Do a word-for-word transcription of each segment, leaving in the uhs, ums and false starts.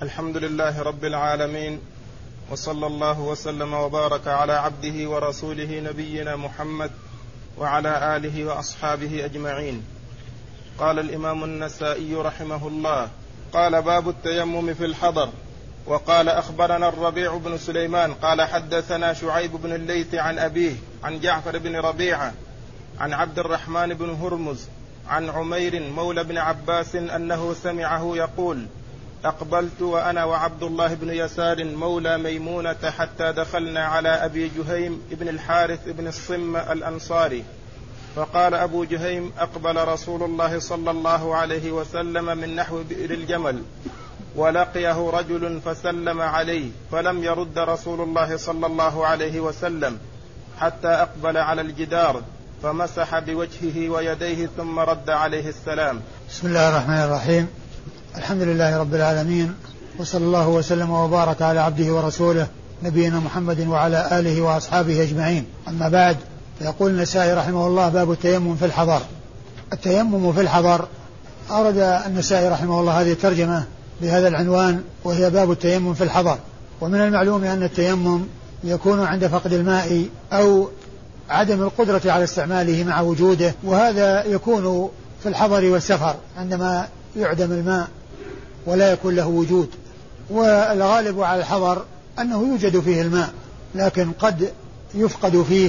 الحمد لله رب العالمين، وصلى الله وسلم وبارك على عبده ورسوله نبينا محمد وعلى آله وأصحابه أجمعين. قال الإمام النسائي رحمه الله: قال باب التيمم في الحضر. وقال أخبرنا الربيع بن سليمان قال حدثنا شعيب بن الليث عن أبيه عن جعفر بن ربيعة عن عبد الرحمن بن هرمز عن عمير مولى بن عباس أنه سمعه يقول: أقبلت وأنا وعبد الله بن يسار مولى ميمونة حتى دخلنا على أبي جهيم ابن الحارث ابن الصم الأنصاري، فقال أبو جهيم: أقبل رسول الله صلى الله عليه وسلم من نحو بئر الجمل، ولقيه رجل فسلم عليه، فلم يرد رسول الله صلى الله عليه وسلم حتى أقبل على الجدار فمسح بوجهه ويديه ثم رد عليه السلام. بسم الله الرحمن الرحيم. الحمد لله رب العالمين، وصلى الله وسلم وبارك على عبده ورسوله نبينا محمد وعلى آله وأصحابه أجمعين. أما بعد، فيقول النسائي رحمه الله: باب التيمم في الحضر. التيمم في الحضر، أورد النسائي رحمه الله هذه الترجمة بهذا العنوان، وهي باب التيمم في الحضر. ومن المعلوم أن التيمم يكون عند فقد الماء أو عدم القدرة على استعماله مع وجوده، وهذا يكون في الحضر والسفر عندما يعدم الماء ولا يكون له وجود. والغالب على الحضر أنه يوجد فيه الماء، لكن قد يفقد فيه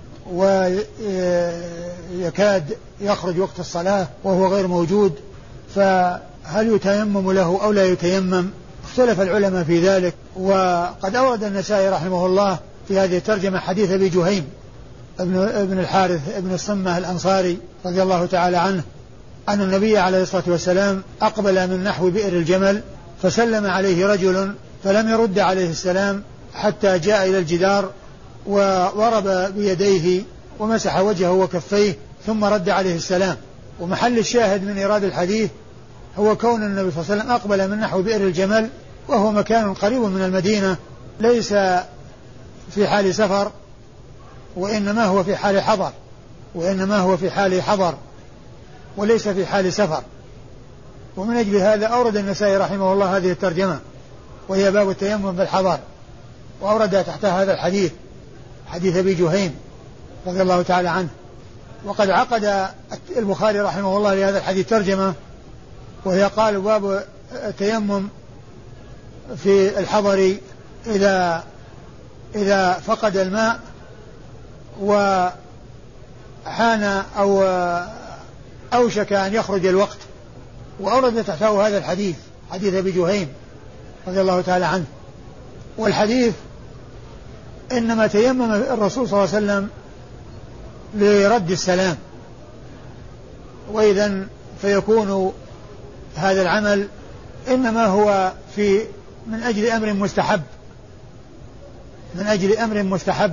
ويكاد يخرج وقت الصلاة وهو غير موجود، فهل يتيمم له أو لا يتيمم؟ اختلف العلماء في ذلك. وقد أورد النسائي رحمه الله في هذه الترجمة حديث أبي جهيم ابن الحارث ابن الصمة الأنصاري رضي الله تعالى عنه أن النبي عليه الصلاة والسلام أقبل من نحو بئر الجمل فسلم عليه رجل فلم يرد عليه السلام حتى جاء إلى الجدار وضرب بيديه ومسح وجهه وكفيه ثم رد عليه السلام. ومحل الشاهد من إيراد الحديث هو كون النبي صلى الله عليه وسلم أقبل من نحو بئر الجمل، وهو مكان قريب من المدينة، ليس في حال سفر، وإنما هو في حال حضر وإنما هو في حال حضر وليس في حال سفر. ومن أجل هذا أورد النسائي رحمه الله هذه الترجمة، وهي باب التيمم في الحضر، وأورد تحتها هذا الحديث، حديث أبي جهيم رضي الله تعالى عنه. وقد عقد البخاري رحمه الله لهذا الحديث ترجمة، وهي قال: باب التيمم في الحضر إذا إذا فقد الماء وحان أو أوشك أن يخرج الوقت. وأورد تحته هذا الحديث، حديث أبي جهيم رضي الله تعالى عنه. والحديث إنما تيمم الرسول صلى الله عليه وسلم لرد السلام، وإذن فيكون هذا العمل إنما هو في من أجل أمر مستحب من أجل أمر مستحب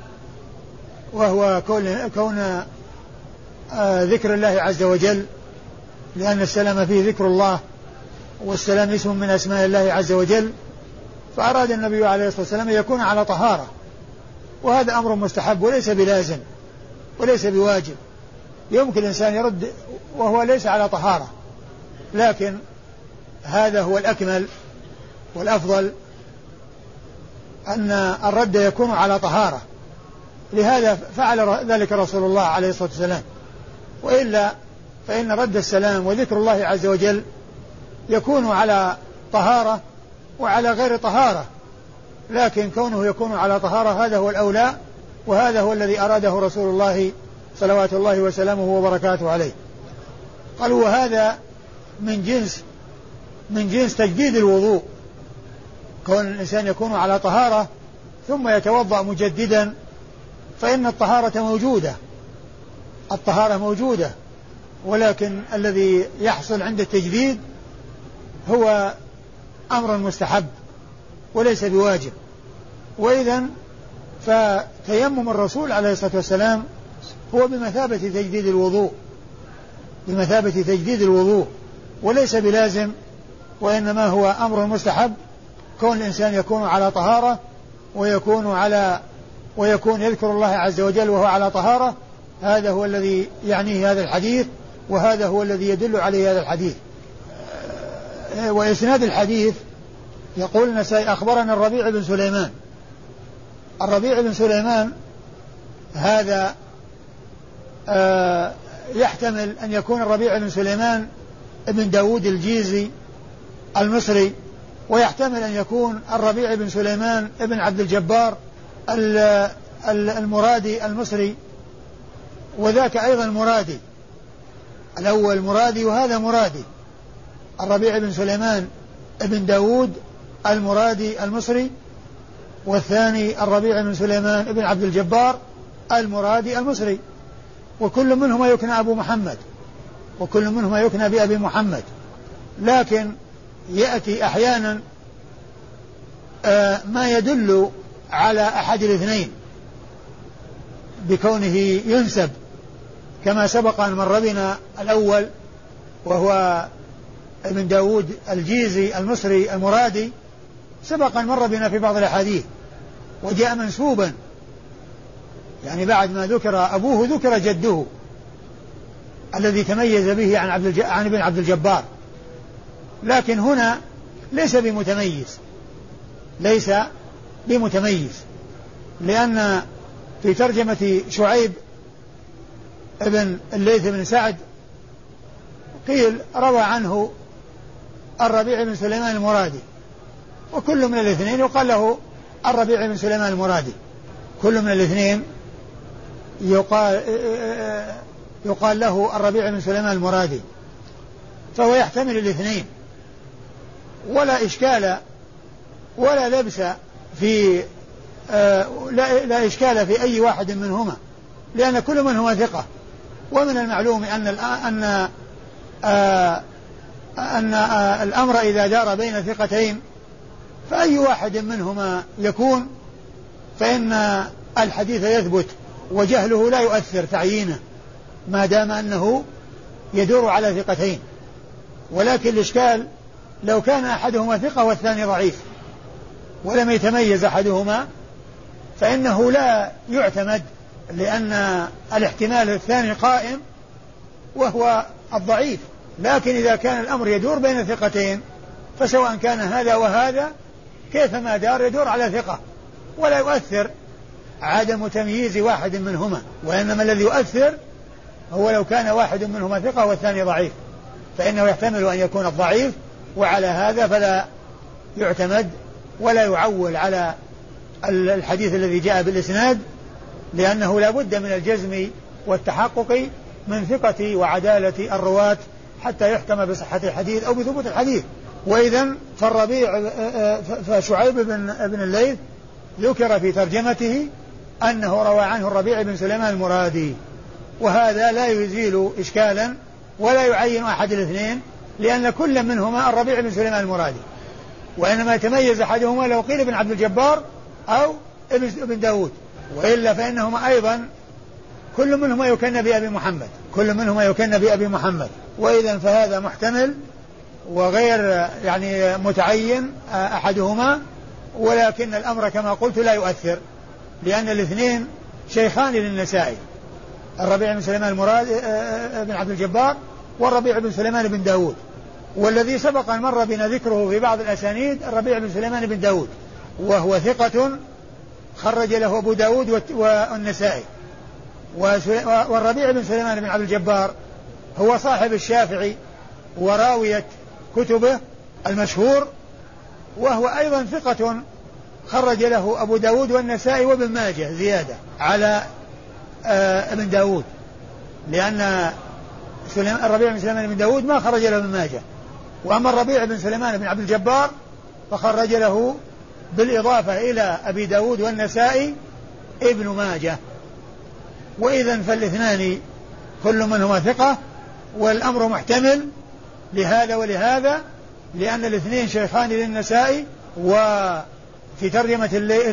وهو كون, كون آه ذكر الله عز وجل، لأن السلام فيه ذكر الله، والسلام اسم من أسماء الله عز وجل. فأراد النبي عليه الصلاة والسلام أن يكون على طهارة، وهذا أمر مستحب وليس بلازم وليس بواجب. يمكن الإنسان يرد وهو ليس على طهارة، لكن هذا هو الأكمل والأفضل أن الرد يكون على طهارة. لهذا فعل ذلك رسول الله عليه الصلاة والسلام. وإلا فإن رد السلام وذكر الله عز وجل يكون على طهارة وعلى غير طهارة، لكن كونه يكون على طهارة هذا هو الأولى، وهذا هو الذي أراده رسول الله صلوات الله وسلامه وبركاته عليه. قالوا: وهذا من جنس من جنس تجديد الوضوء، كون الإنسان يكون على طهارة ثم يتوضأ مجددا، فإن الطهارة موجودة الطهارة موجودة ولكن الذي يحصل عند التجديد هو أمر مستحب وليس بواجب. وإذن فتيمم الرسول عليه الصلاة والسلام هو بمثابة تجديد الوضوء بمثابة تجديد الوضوء وليس بلازم، وإنما هو أمر مستحب، كون الإنسان يكون على طهارة ويكون على ويكون يذكر الله عز وجل وهو على طهارة. هذا هو الذي يعنيه هذا الحديث، وهذا هو الذي يدل عليه هذا الحديث. وإسناد الحديث يقول النسائي أخبرنا الربيع بن سليمان. الربيع بن سليمان هذا آه يحتمل أن يكون الربيع بن سليمان ابن داود الجيزي المصري، ويحتمل أن يكون الربيع بن سليمان ابن عبد الجبار المرادي المصري، وذاك أيضا مرادي، الأول مرادي وهذا مرادي. الربيع بن سليمان ابن داود المرادي المصري، والثاني الربيع بن سليمان ابن عبد الجبار المرادي المصري، وكل منهما يكنى أبو محمد، وكل منهما يكنى بأبي محمد، لكن يأتي أحيانا آه ما يدل على أحد الاثنين بكونه ينسب، كما سبق أن مر بنا الأول وهو ابن داود الجيزي المصري المرادي، سبق أن مر بنا في بعض الأحاديث وجاء منسوبا، يعني بعد ما ذكر أبوه ذكر جده الذي تميز به عن, عبد الج... عن ابن عبد الجبار، لكن هنا ليس بمتميز، ليس بمتميز، لأن في ترجمة شعيب ابن الليث بن سعد قيل روى عنه الربيع بن سليمان المرادي، وكل من الاثنين يقال له الربيع بن سليمان المرادي، كل من الاثنين يقال, يقال له الربيع بن سليمان المرادي، فهو يحتمل الاثنين، ولا إشكال ولا لبس في آه لا, لا إشكال في أي واحد منهما، لأن كل منهما ثقة. ومن المعلوم أن أن آه أن آه الأمر إذا دار بين ثقتين فأي واحد منهما يكون فإن الحديث يثبت، وجهله لا يؤثر تعيينه ما دام أنه يدور على ثقتين. ولكن الإشكال لو كان أحدهما ثقة والثاني ضعيف ولم يتميز أحدهما فإنه لا يعتمد، لأن الاحتمال الثاني قائم وهو الضعيف. لكن إذا كان الأمر يدور بين ثقتين فسواء كان هذا وهذا كيفما دار يدور على ثقة، ولا يؤثر عدم تمييز واحد منهما، وإنما الذي يؤثر هو لو كان واحد منهما ثقة والثاني ضعيف، فإنه يحتمل أن يكون الضعيف، وعلى هذا فلا يعتمد ولا يعول على الحديث الذي جاء بالإسناد، لأنه لا بد من الجزم والتحقق من ثقة وعدالة الرواة حتى يحكم بصحة الحديث أو بثبوت الحديث. وإذن فالربيع فشعيب بن, بن الليث ذكر في ترجمته أنه روى عنه الربيع بن سليمان المرادي، وهذا لا يزيل إشكالا ولا يعين أحد الاثنين، لأن كل منهما الربيع بن سليمان المرادي، وإنما يتميز أحدهما لو قيل ابن عبد الجبار أو ابن داود، وإلا فإنهما أيضا كل منهما يكن بأبي محمد، كل منهما يكن بأبي محمد. وإذا فهذا محتمل وغير يعني متعين أحدهما، ولكن الأمر كما قلت لا يؤثر، لأن الاثنين شيخان للنسائي، الربيع بن سليمان المراد بن عبد الجبار والربيع بن سليمان بن داود، والذي سبق أن مر بنا ذكره في بعض الأسانيد الربيع بن سليمان بن داود، وهو ثقة خرج له أبو داود والنسائي. والربيع بن سليمان بن عبد الجبار هو صاحب الشافعي وراوية كتبه المشهور، وهو أيضا ثقة خرج له أبو داود والنسائي وابن ماجه زيادة على آه ابن داود، لأن الربيع بن سليمان بن داود ما خرج له ابن ماجه، وأما الربيع بن سليمان بن عبد الجبار فخرج له بالإضافة إلى أبي داود والنسائي ابن ماجه. وإذن فالاثنان كل منهما ثقة، والأمر محتمل لهذا ولهذا، لأن الاثنين شيخان للنسائي. وفي ترجمة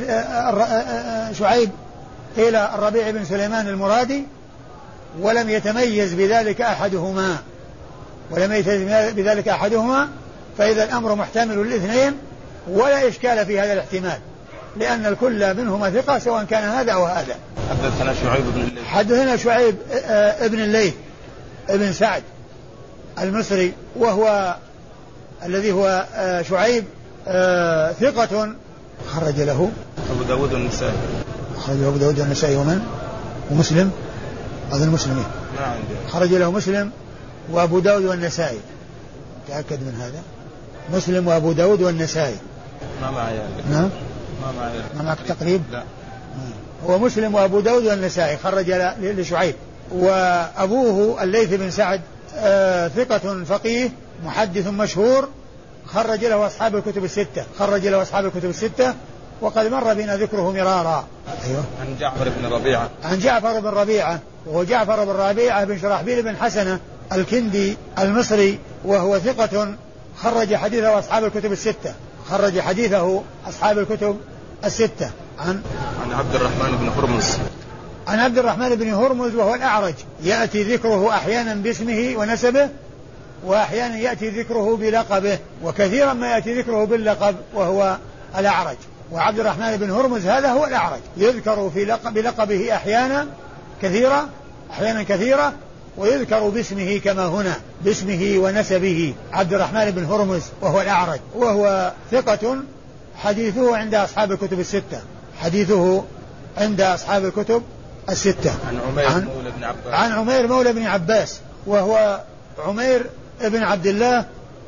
شعيب قيل الربيع بن سليمان المرادي، ولم يتميز بذلك أحدهما ولم يتميز بذلك أحدهما فإذا الأمر محتمل للاثنين ولا إشكال في هذا الاحتمال، لأن الكل منهما ثقة سواء كان هذا أو هذا. حدثنا شعيب بن الليث حدثنا شعيب ابن الليث ابن سعد المصري، وهو الذي هو شعيب آه ثقة خرج له أبو داود والنسائي. خرج له أبو داود والنسائي ومن ومسلم هذا المسلمين ما عندي. خرج له مسلم وأبو داود والنسائي. تأكد من هذا. مسلم وأبو داود والنسائي. ما معي. نعم. ما معي. ما معك تقريب؟ لا. هو مسلم وأبو داود والنسائي خرج لشعيب. وأبوه الليث بن سعد آه ثقة فقيه محدث مشهور خرج له أصحاب الكتب الستة. خرج له أصحاب الكتب الستة وقد مر بنا ذكره مرارا. أيوه. عن جعفر بن ربيعة. عن جعفر بن ربيعة وهو جعفر بن ربيعة بن شرحبيل بن حسنة الكندي المصري وهو ثقة خرج حديثه أصحاب الكتب الستة. خرج حديثه أصحاب الكتب الستة. عن عن عبد الرحمن بن هرمز. عن عبد الرحمن بن هرمز وهو الأعرج يأتي ذكره أحيانا باسمه ونسبه وأحيانا يأتي ذكره بلقبه وكثيرا ما يأتي ذكره باللقب وهو الأعرج. وعبد الرحمن بن هرمز هذا هو الأعرج يذكر في لقب بلقبه أحيانا كثيرة أحيانا كثيرة ويذكر باسمه كما هنا باسمه ونسبه عبد الرحمن بن هرمز وهو الأعرج وهو ثقة حديثه عند أصحاب الكتب الستة. حديثه عند أصحاب الكتب الستة. عن عمير عن مولى بن عباس. عن عمير مولى بن عباس وهو عمير بن عبد الله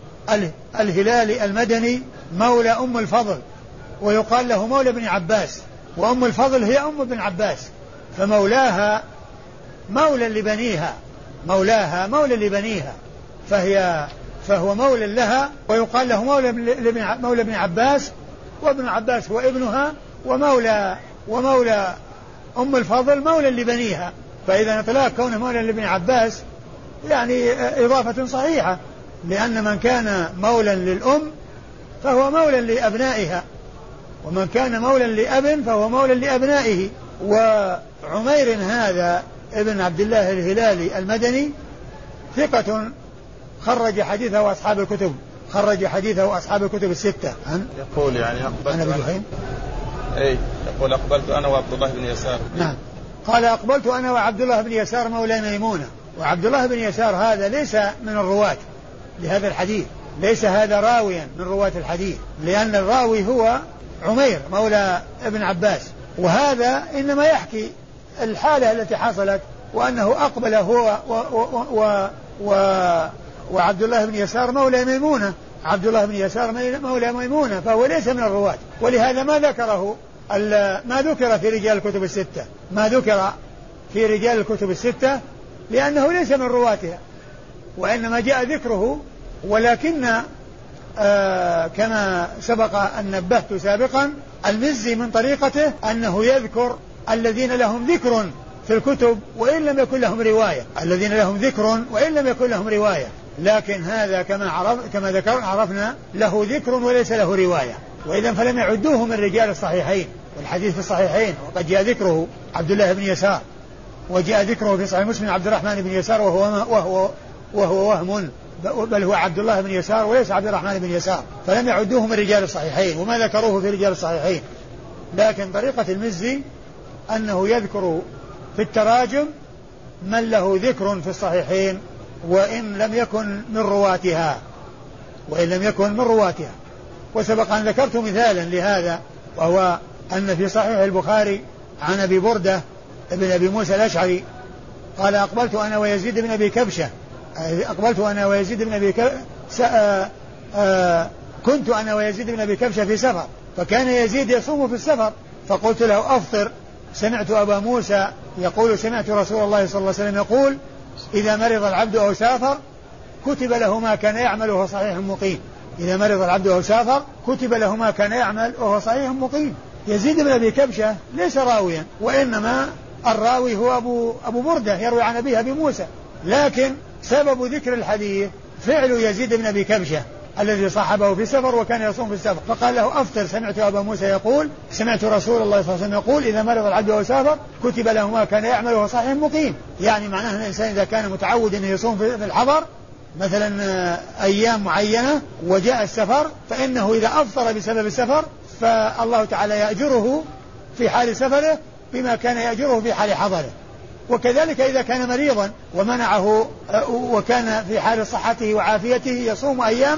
الهلالي المدني مولى أم الفضل ويقال له مولى بن عباس وأم الفضل هي أم بن عباس فمولاها مولى لبنيها مولاها مولى لبنيها فهي فهو مولى لها ويقال له مولى مولى بن عباس وابن عباس هو ابنها ومولى ومولى أم الفضل مولى لبنيها. فإذا اطلاق كونه مولى لابن عباس يعني إضافة صحيحة لأن من كان مولى للأم فهو مولى لأبنائها ومن كان مولى لأب فهو مولى لأبنائه. وعمير هذا ابن عبد الله الهلالي المدني ثقة خرج حديثه أصحاب الكتب خرج حديثه أصحاب الكتب الستة. عن يقول يعني أقبلت أنا أنا أي يقول أقبلت أنا وعبد الله بن يسار. نعم قال أقبلت أنا وعبد الله بن يسار مولى ميمونة. وعبد الله بن يسار هذا ليس من الرواة لهذا الحديث ليس هذا راويا من رواة الحديث لأن الراوي هو عمير مولى ابن عباس وهذا إنما يحكي الحالة التي حصلت وأنه أقبل هو و و و و وعبد الله بن يسار مولى ميمونة. عبد الله بن يسار مولى ميمونة فهو ليس من الرواة ولهذا ما ذكره ما ذكر في رجال الكتب الستة ما ذكر في رجال الكتب الستة لأنه ليس من رواتها وإنما جاء ذكره. ولكن آه كما سبق أن نبهت سابقا المزي من طريقته أنه يذكر الذين لهم ذكر في الكتب وإن لم يكن لهم رواية الذين لهم ذكر وإن لم يكن لهم رواية لكن هذا كما عرف كما ذكر عرفنا له ذكر وليس له رواية وإذا فلم يعدوه من رجال الصحيحين والحديث في الصحيحين وقد جاء ذكره عبد الله بن يسار وجاء ذكره في صحيح مسلم عبد الرحمن بن يسار وهو وهو وهو وهم بل هو عبد الله بن يسار وليس عبد الرحمن بن يسار فلم يعدوه من رجال الصحيحين وما ذكروه في رجال الصحيحين. لكن طريقة المزي أنه يذكر في التراجم من له ذكر في الصحيحين وإن لم يكن من رواتها وإن لم يكن من رواتها. وسبق أن ذكرت مثالا لهذا وهو أن في صحيح البخاري عن أبي بردة ابن أبي موسى الأشعري قال أقبلت أنا ويزيد بن أبي كبشة أقبلت أنا ويزيد بن أبي كبشة كنت أنا ويزيد بن أبي كبشة في سفر فكان يزيد يصوم في السفر فقلت له أفطر سمعت أبا موسى يقول سمعت رسول الله صلى الله عليه وسلم يقول إذا مرض العبد أو سافر كتب له ما كان يعمل وهو صحيح مقيم. إذا مرض العبد أو سافر كتب له ما كان يعمل وهو صحيح مقيم. يزيد بن أبي كبشة ليس راويا وإنما الراوي هو أبو, أبو بردة يروي عن أبيه أبي موسى لكن سبب ذكر الحديث فعل يزيد بن أبي كبشة الذي صاحبه في سفر وكان يصوم في السفر فقال له أفطر سمعت أبا موسى يقول سمعت رسول الله صلى الله عليه وسلم يقول إذا مرض العبد أو سافر كتب له ما كان يعمل وهو صحيح مقيم. يعني معناه أن الإنسان إذا كان متعود أن يصوم في الحضر مثلا أيام معينة وجاء السفر فإنه إذا أفطر بسبب السفر فالله تعالى يأجره في حال سفره بما كان يأجره في حال حضره. وكذلك إذا كان مريضا ومنعه وكان في حال صحته وعافيته يصوم أياما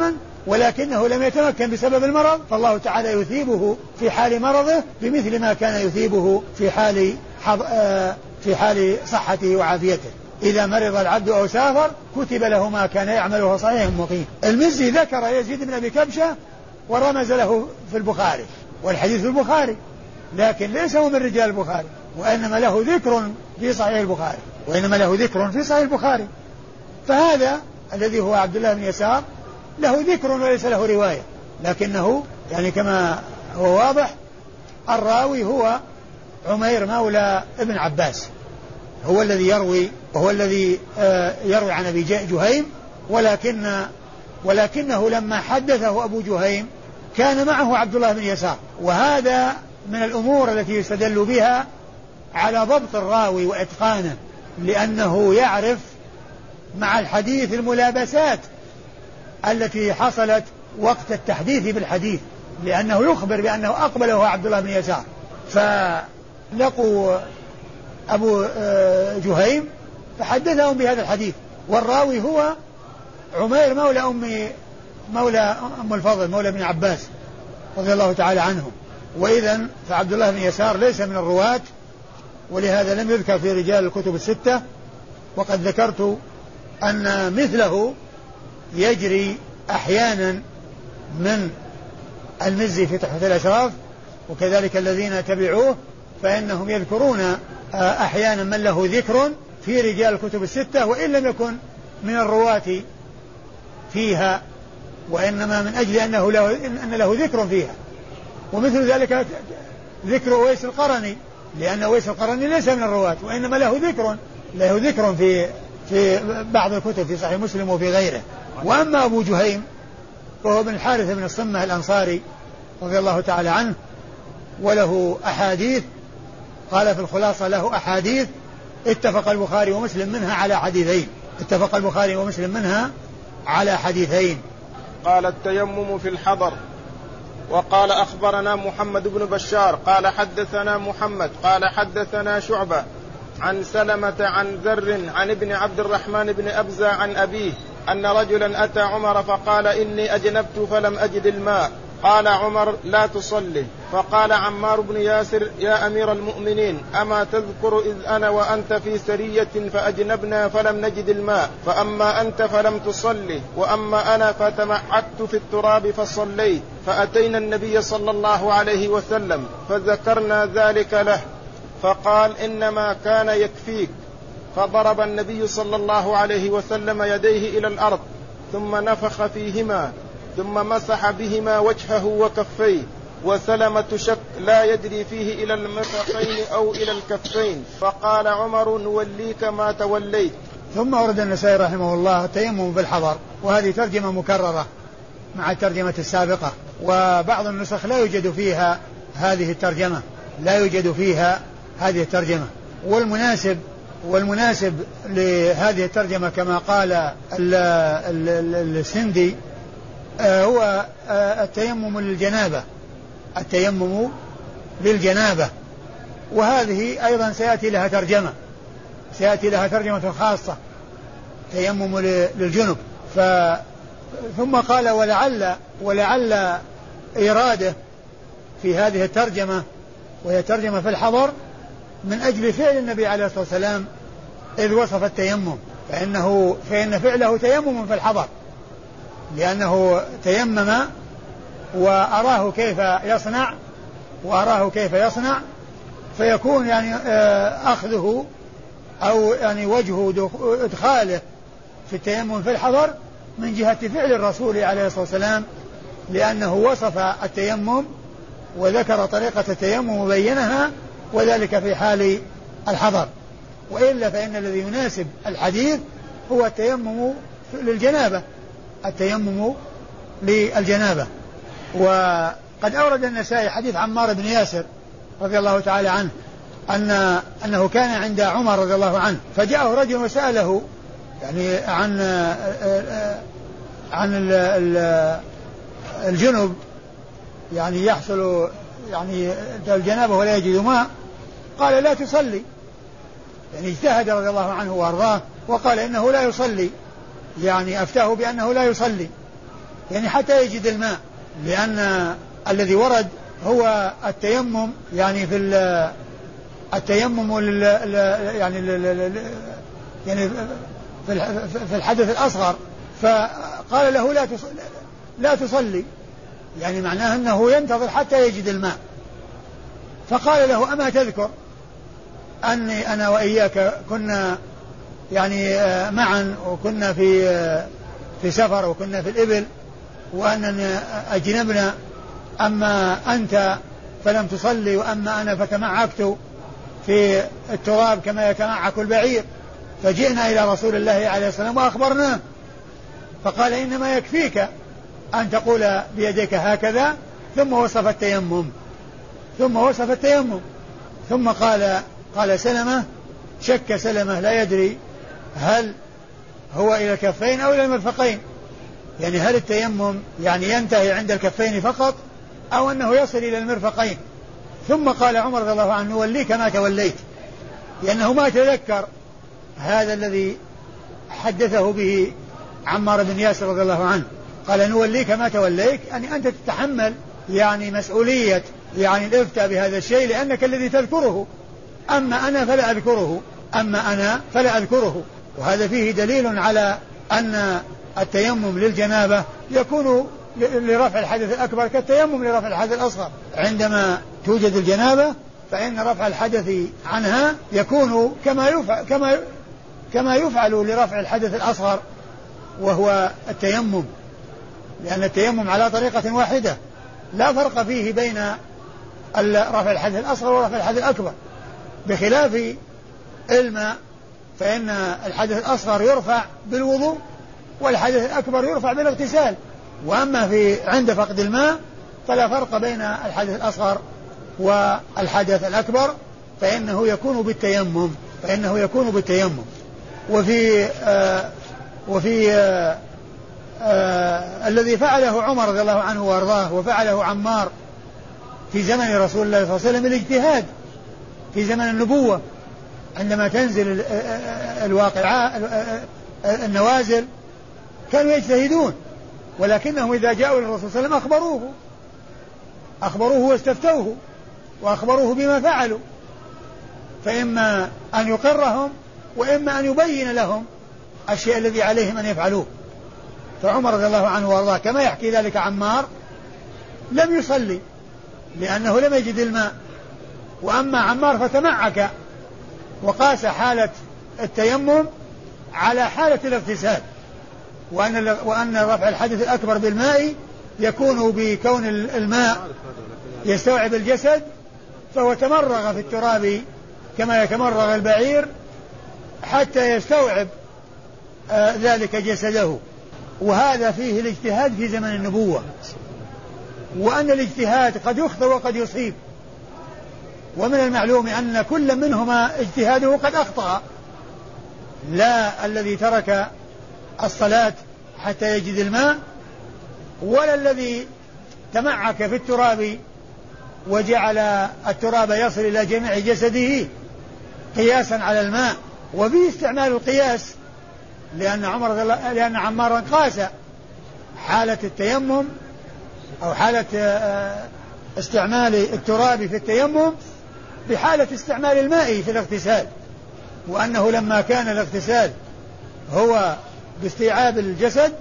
ولكنه لم يتمكن بسبب المرض، فالله تعالى يثيبه في حال مرضه بمثل ما كان يثيبه في حال في حال صحته وعافيته. إذا مرض العبد أو سافر كتب له ما كان يعمله صحيح مقيم. المزي ذكر يزيد بن أبي كبشة ورمز له في البخاري، والحديث في البخاري، لكن ليس هو من رجال البخاري، وإنما له ذكر في صحيح البخاري وإنما له ذكر في صحيح البخاري. فهذا الذي هو عبد الله بن يسار له ذكر وليس له رواية، لكنه يعني كما هو واضح الراوي هو عمير مولى ابن عباس، هو الذي يروي وهو الذي يروي عن أبي جهيم، ولكن ولكنه لما حدثه أبو جهيم كان معه عبد الله بن يسار. وهذا من الأمور التي يستدل بها على ضبط الراوي وإتقانه، لأنه يعرف مع الحديث الملابسات التي حصلت وقت التحديث بالحديث، لأنه يخبر بأنه أقبله عبد الله بن يسار، فلقوا أبو جهيم فحدثهم بهذا الحديث، والراوي هو عمير مولى أم مولى أم الفضل مولى ابن عباس رضي الله تعالى عنهم. وإذن فعبد الله بن يسار ليس من الرواة، ولهذا لم يذكر في رجال الكتب الستة. وقد ذكرت أن مثله يجري أحيانا من المزي في تحفة الأشراف، وكذلك الذين تبعوه فإنهم يذكرون أحيانا من له ذكر في رجال الكتب الستة وإن لم يكن من الرواة فيها، وإنما من أجل أنه له, أن له ذكر فيها. ومثل ذلك ذكر أويس القرني، لأن أويس القرني ليس من الرواة وإنما له ذكر له ذكر في في بعض الكتب في صحيح مسلم وفي غيره. وأما أبو جهيم وهو ابن الحارث بن الصمة الأنصاري رضي الله تعالى عنه، وله أحاديث، قال في الخلاصة له أحاديث اتفق البخاري ومسلم منها على حديثين اتفق البخاري ومسلم منها على حديثين. قال التيمم في الحضر. وقال أخبرنا محمد بن بشار قال حدثنا محمد قال حدثنا شعبة عن سلمة عن ذر عن ابن عبد الرحمن بن أبزة عن أبيه أن رجلا أتى عمر فقال إني أجنبت فلم أجد الماء. قال عمر لا تصلي. فقال عمار بن ياسر يا أمير المؤمنين أما تذكر إذ أنا وأنت في سرية فأجنبنا فلم نجد الماء، فأما أنت فلم تصلي وأما أنا فتمعدت في التراب فصليت. فأتينا النبي صلى الله عليه وسلم فذكرنا ذلك له فقال إنما كان يكفيك. فضرب النبي صلى الله عليه وسلم يديه إلى الأرض ثم نفخ فيهما ثم مسح بهما وجهه وكفيه. وسلمة شك لا يدري فيه إلى المرفقين أو إلى الكفين. فقال عمر نوليك ما توليت. ثم ورد النسائي رحمه الله التيمم بالحضر، وهذه ترجمة مكررة مع الترجمة السابقة، وبعض النسخ لا يوجد فيها هذه الترجمة لا يوجد فيها هذه الترجمة والمناسب والمناسب لهذه الترجمة كما قال السندي هو التيمم للجنابة التيمم للجنابة وهذه أيضا سيأتي لها ترجمة سيأتي لها ترجمة خاصة تيمم للجنب. ف ثم قال ولعل ولعل إراده في هذه الترجمة وهي ترجمة في الحضر من أجل فعل النبي عليه الصلاة والسلام إذ وصف التيمم، فإنه فإن فعله تيمم في الحضر، لأنه تيمم وأراه كيف يصنع وأراه كيف يصنع فيكون يعني أخذه أو يعني وجه إدخاله في التيمم في الحضر من جهة فعل الرسول عليه الصلاة والسلام، لأنه وصف التيمم وذكر طريقة التيمم وبينها وذلك في حال الحضر. وإلا فإن الذي يناسب الحديث هو التيمم للجنابة التيمم للجنابة. وقد أورد النسائي حديث عمار بن ياسر رضي الله تعالى عنه أن أنه كان عند عمر رضي الله عنه فجاءه رجل وسأله يعني عن عن الجنب يعني يحصل يعني الجنابة ولا يجد ماء، قال لا تصلي، يعني اجتهد رضي الله عنه وارضاه وقال إنه لا يصلي، يعني أفتاه بأنه لا يصلي، يعني حتى يجد الماء، لأن الذي ورد هو التيمم يعني في التيمم يعني يعني في الحدث الأصغر، فقال له لا لا تصلي، يعني معناه أنه ينتظر حتى يجد الماء. فقال له أما تذكر أني أنا وإياك كنا يعني معا وكنا في في سفر وكنا في الإبل وأننا أجنبنا، أما أنت فلم تصلي وأما أنا فتمعكت في التراب كما يتمعك البعير، فجئنا إلى رسول الله عليه السلام وأخبرناه، فقال إنما يكفيك أن تقول بيديك هكذا، ثم وصف التيمم ثم وصف التيمم ثم قال قال سلمة، شك سلمة لا يدري هل هو إلى الكفين أو إلى المرفقين، يعني هل التيمم يعني ينتهي عند الكفين فقط أو أنه يصل إلى المرفقين. ثم قال عمر رضي الله عنه نوليك ما توليت، لأنه ما تذكر هذا الذي حدثه به عمار بن ياسر رضي الله عنه، قال نوليك ما توليت، يعني أنت تتحمل يعني مسؤولية يعني الإفتاء بهذا الشيء لأنك الذي تذكره، أما أنا فلا أذكره أما أنا فلا أذكره. وهذا فيه دليل على أن التيمم للجنابة يكون لرفع الحدث الأكبر كالتيمم لرفع الحدث الأصغر. عندما توجد الجنابة فإن رفع الحدث عنها يكون كما يفعل, كما كما يفعل لرفع الحدث الأصغر وهو التيمم، لأن التيمم على طريقة واحدة لا فرق فيه بين رفع الحدث الأصغر ورفع الحدث الأكبر، بخلاف الماء فإن الحدث الأصغر يرفع بالوضوء والحدث الأكبر يرفع بالاغتسال، وأما في عند فقد الماء فلا فرق بين الحدث الأصغر والحدث الأكبر، فإنه يكون بالتيمم فإنه يكون بالتيمم. وفي آه وفي آه آه الذي فعله عمر رضي الله عنه وارضاه وفعله عمار في زمن رسول الله صلى الله عليه وسلم الاجتهاد في زمن النبوة، عندما تنزل الواقعات النوازل كانوا يجتهدون، ولكنهم إذا جاءوا للرسول صلى الله عليه وسلم أخبروه أخبروه واستفتوه وأخبروه بما فعلوا، فإما أن يقرهم وإما أن يبين لهم الشيء الذي عليهم أن يفعلوه. فعمر رضي الله عنه وارضاه كما يحكي ذلك عمار لم يصلي لأنه لم يجد الماء، وأما عمار فتمعك وقاس حالة التيمم على حالة الاغتسال، وأن وأن رفع الحدث الأكبر بالماء يكون بكون الماء يستوعب الجسد فهو تمرغ في التراب كما يتمرغ البعير حتى يستوعب آه ذلك جسده. وهذا فيه الاجتهاد في زمن النبوة، وأن الاجتهاد قد يخطئ وقد يصيب، ومن المعلوم أن كل منهما اجتهاده قد أخطأ، لا الذي ترك الصلاة حتى يجد الماء ولا الذي تمعك في التراب وجعل التراب يصل إلى جميع جسده قياسا على الماء. وفي استعمال القياس لأن عمر لأن عمارا قاس حالة التيمم أو حالة استعمال التراب في التيمم بحالة استعمال الماء في الاغتسال، وأنه لما كان الاغتسال هو باستيعاب الجسد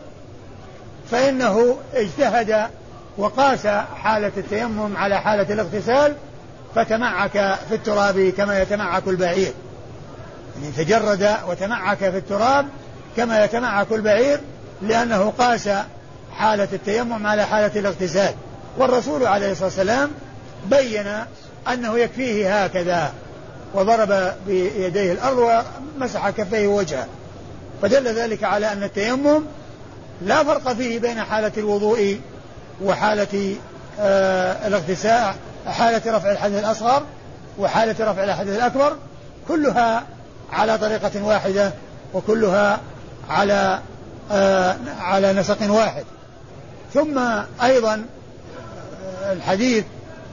فإنه اجتهد وقاس حالة التيمم على حالة الاغتسال فتمعك في التراب كما يتمعك البعير، يعني تجرد وتمعك في التراب كما يتمعك البعير لأنه قاس حالة التيمم على حالة الاغتسال. والرسول عليه الصلاة والسلام بين أنه يكفيه هكذا وضرب بيديه الأرض ومسح كفيه ووجهه، فدل ذلك على أن التيمم لا فرق فيه بين حالة الوضوء وحالة آه الاغتسال، حالة رفع الحدث الأصغر وحالة رفع الحدث الأكبر، كلها على طريقة واحدة وكلها على آه على نسق واحد. ثم أيضا الحديث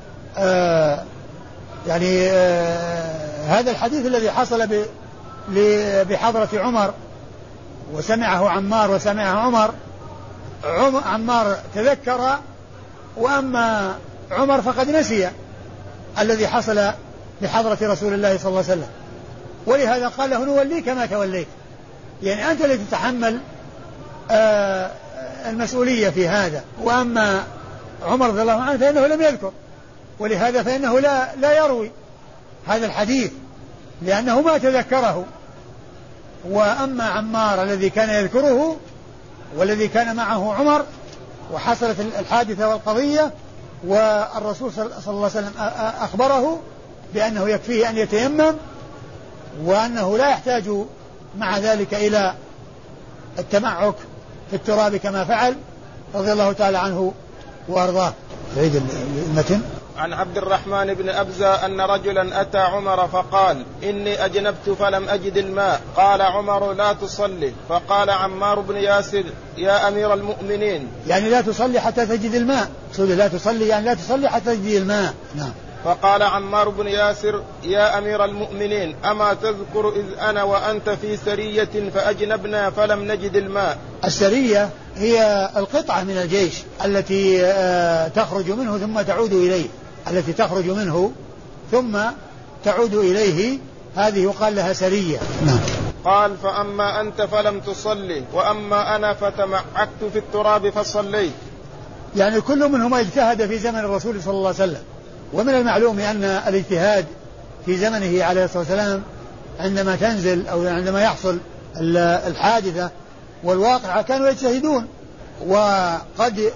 آه يعني آه هذا الحديث الذي حصل بحضرة عمر وسمعه عمار وسمعه عمر عمار تذكر، وأما عمر فقد نسي الذي حصل بحضرة رسول الله صلى الله عليه وسلم، ولهذا قال له نوليك ما توليت، يعني أنت الذي تتحمل آه المسؤولية في هذا. وأما عمر رضي الله عنه فإنه لم يذكر، ولهذا فإنه لا, لا يروي هذا الحديث لأنه ما تذكره. وأما عمار الذي كان يذكره والذي كان معه عمر وحصلت الحادثة والقضية، والرسول صلى الله عليه وسلم أخبره بأنه يكفيه أن يتيمم، وأنه لا يحتاج مع ذلك إلى التمعك في التراب كما فعل رضي الله تعالى عنه وأرضاه. عيد المتن. عن عبد الرحمن بن أبزة أن رجلا أتى عمر فقال إني أجنبت فلم أجد الماء، قال عمر لا تصلي، فقال عمار بن ياسر يا أمير المؤمنين، يعني لا تصلي حتى تجد الماء، لا تصلي يعني لا تصلي حتى تجد الماء. نعم. فقال عمار بن ياسر يا أمير المؤمنين أما تذكر إذ أنا وأنت في سرية فأجنبنا فلم نجد الماء. السرية هي القطعة من الجيش التي تخرج منه ثم تعود إليه، التي تخرج منه ثم تعود إليه، هذه يقال لها سرية. نعم. قال فأما أنت فلم تصلي وأما أنا فتمعكت في التراب فصليت. يعني كل منهما اجتهد في زمن الرسول صلى الله عليه وسلم، ومن المعلوم أن الاجتهاد في زمنه عليه الصلاة والسلام عندما تنزل أو عندما يحصل الحادثة والواقعة كانوا يجتهدون، وقد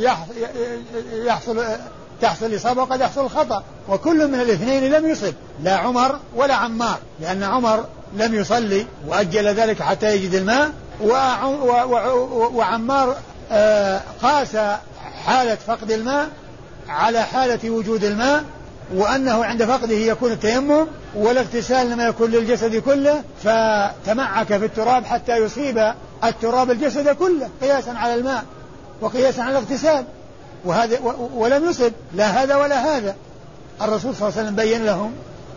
يحصل تحصل الإصابة وقد يحصل الخطأ، وكل من الاثنين لم يصب، لا عمر ولا عمار، لأن عمر لم يصلي وأجل ذلك حتى يجد الماء، وعمار قاس حالة فقد الماء على حالة وجود الماء، وأنه عند فقده يكون التيمم، والاغتسال لما يكون للجسد كله، فتمعك في التراب حتى يصيب التراب الجسد كله قياسا على الماء وقياسا على الاغتسال، وهذا ولم يصب لا هذا ولا هذا. الرسول صلى الله عليه وسلم بين لهم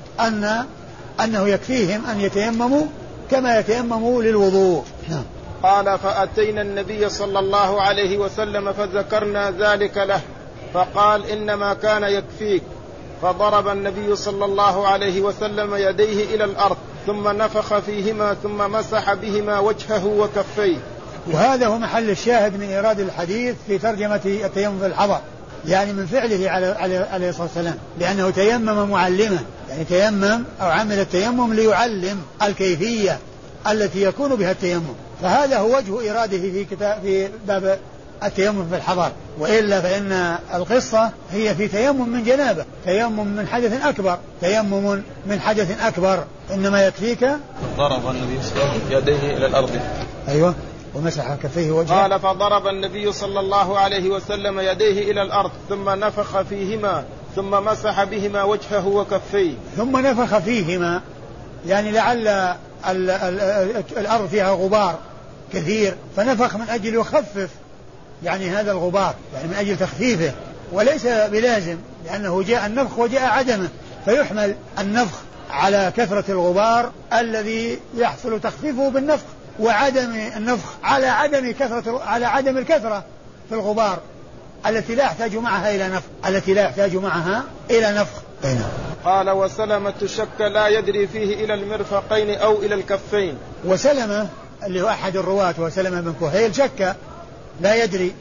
أن أنه يكفيهم أن يتيمموا كما يتيمموا للوضوء. نعم. قال فأتينا النبي صلى الله عليه وسلم فذكرنا ذلك له، فقال إنما كان يكفيك، فضرب النبي صلى الله عليه وسلم يديه إلى الأرض ثم نفخ فيهما ثم مسح بهما وجهه وكفيه. وهذا هو محل الشاهد من إيراد الحديث في ترجمة التيمم في الحضر، يعني من فعله عليه الصلاة والسلام، لأنه تيمم معلما، يعني تيمم أو عمل التيمم ليعلم الكيفية التي يكون بها التيمم، فهذا هو وجه إيراده في كتاب في باب التيمم في الحضر. وإلا فإن القصة هي في تيمم من جنابة، تيمم من حدث أكبر، تيمم من حدث أكبر، إنما يكفيك. ضرب النبي صلى الله عليه وسلم يديه إلى الأرض. أيوة. ومسح كفيه وجهه. قال فضرب النبي صلى الله عليه وسلم يديه إلى الأرض ثم نفخ فيهما ثم مسح بهما وجهه وكفيه. ثم نفخ فيهما يعني لعل ال ال ال الأرض فيها غبار كثير، فنفخ من أجل يخفف يعني هذا الغبار، يعني من أجل تخفيفه، وليس بلازم، لأنه جاء النفخ وجاء عدمه، فيحمل النفخ على كثرة الغبار الذي يحصل تخفيفه بالنفخ، وعدم النفخ على عدم كثرة على عدم الكثرة في الغبار التي لا يحتاج معها إلى نفخ التي لا يحتاج معها إلى نفخ. قال وسلمة الشك لا يدري فيه إلى المرفقين أو إلى الكفين. وسلمة اللي هو أحد الرواة وسلمة بن كهيل شك لا يدري،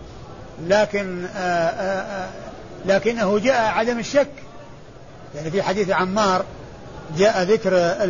لكن آآ آآ لكنه جاء عدم الشك، يعني في حديث عمار جاء ذكر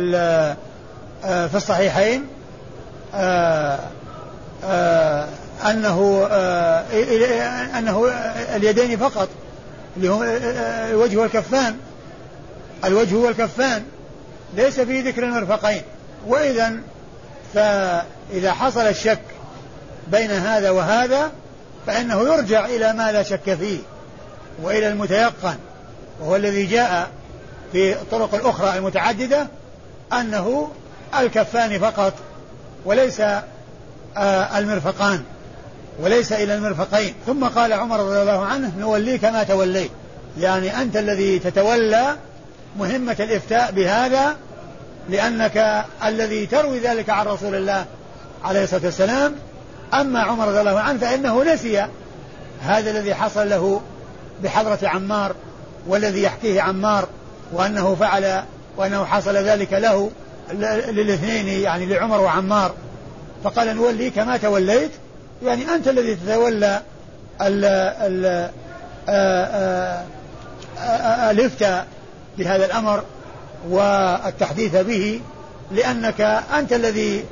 في الصحيحين آآ آآ أنه آآ أنه اليدين فقط، اللي هو الوجه والكفان، الوجه والكفان، ليس في ذكر المرفقين. وإذا فإذا حصل الشك بين هذا وهذا فإنه يرجع إلى ما لا شك فيه وإلى المتيقن، وهو الذي جاء في الطرق الأخرى المتعددة أنه الكفان فقط وليس آه المرفقان، وليس إلى المرفقين. ثم قال عمر رضي الله عنه نوليك ما توليت، يعني أنت الذي تتولى مهمة الإفتاء بهذا، لأنك الذي تروي ذلك عن رسول الله عليه الصلاة والسلام، أما عمر رضي الله عنه فإنه نسي هذا الذي حصل له بحضرة عمار والذي يحكيه عمار، وأنه فعل وأنه حصل ذلك له للاثنين يعني لعمر وعمار، فقال نوليك ما توليت، يعني أنت الذي تتولى الإفتاء بهذا الأمر والتحديث به، لأنك أنت الذي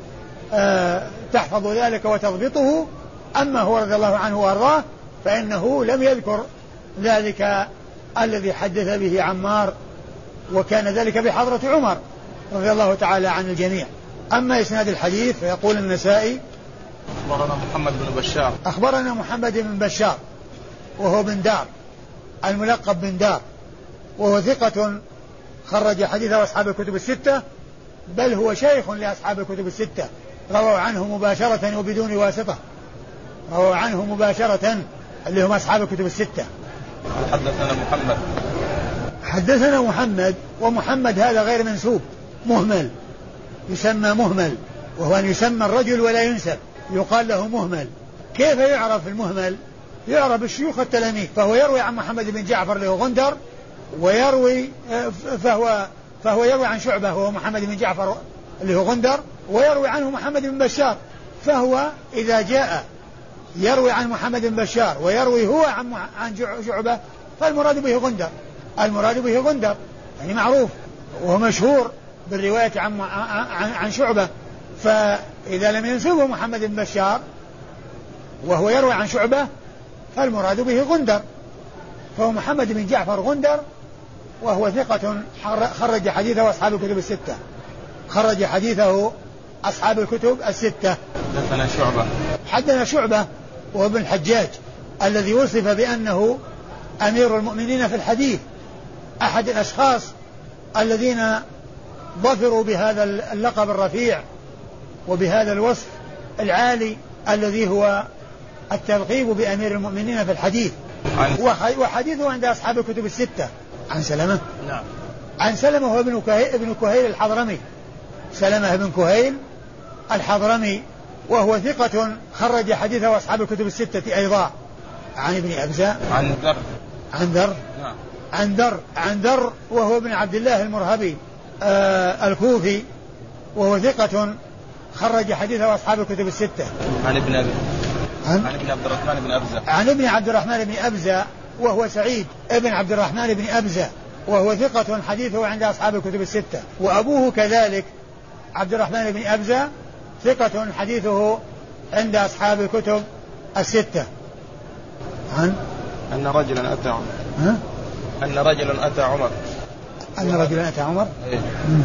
تحفظ ذلك وتضبطه. أما هو رضي الله عنه وأرضاه فإنه لم يذكر ذلك الذي حدث به عمار، وكان ذلك بحضرة عمر رضي الله تعالى عن الجميع. أما إسناد الحديث فيقول النسائي أخبرنا محمد بن بشار أخبرنا محمد بن بشار وهو بن دار الملقب بن دار، وهو ثقة خرج حديثه أصحاب الكتب الستة، بل هو شيخ لأصحاب الكتب الستة، رووا عنه مباشرة وبدون واسطة، رووا عنه مباشرة اللي هم أصحاب الكتب الستة. حدثنا محمد حدثنا محمد ومحمد هذا غير منسوب، مهمل، يسمى مهمل، وهو أن يسمى الرجل ولا ينسب، يقال له مهمل. كيف يعرف المهمل؟ يعرف بالشيوخ التلاميذ، فهو يروي عن محمد بن جعفر اللي هو غندر، ويروي فهو فهو يروي عن شعبة وهو محمد بن جعفر اللي هو غندر، ويروي عنه محمد بن بشار. فهو إذا جاء يروي عن محمد بن بشار ويروي هو عن عن شعبة فالمراد به غندر، المراد به غندر يعني معروف وهو مشهور بالرواية عن عن, عن شعبة. فإذا لم ينسبه محمد بن بشار وهو يروي عن شعبة فالمراد به غندر، فهو محمد بن جعفر غندر، وهو ثقة خرج حديثه أصحاب الكتب الستة، خرج حديثه أصحاب الكتب الستة. حدثنا شعبة حدثنا شعبة وهو ابن الحجاج الذي وصف بأنه أمير المؤمنين في الحديث، أحد الأشخاص الذين ظفروا بهذا اللقب الرفيع وبهذا الوصف العالي الذي هو التلقيب بأمير المؤمنين في الحديث. وحديثه عند أصحاب الكتب الستة. عن سلمة نعم عن سلمة هو ابن كهيل, ابن كهيل الحضرمي، سلمة ابن كهيل الحضرمي، وهو ثقة خرج حديثه أصحاب الكتب الستة أيضا. عن ابن أبزة عن ذر عن ذر نعم عن ذر عن ذر وهو ابن عبد الله المرهبي آه الكوفي، وهو ثقة خرج حديثه أصحاب الكتب الستة. عن ابن أبي عن, عن ابن عبد الرحمن بن أبزة عن ابن عبد الرحمن بن أبزة وهو سعيد ابن عبد الرحمن بن أبزة، وهو ثقة حديثه عند أصحاب الكتب الستة. وأبوه كذلك عبد الرحمن بن أبزة ثقة حديثه عند أصحاب الكتب الستة. عن أن رجلا أتى عمر ها؟ أن رجلا أتى عمر أن رجلا أتى عمر إيه؟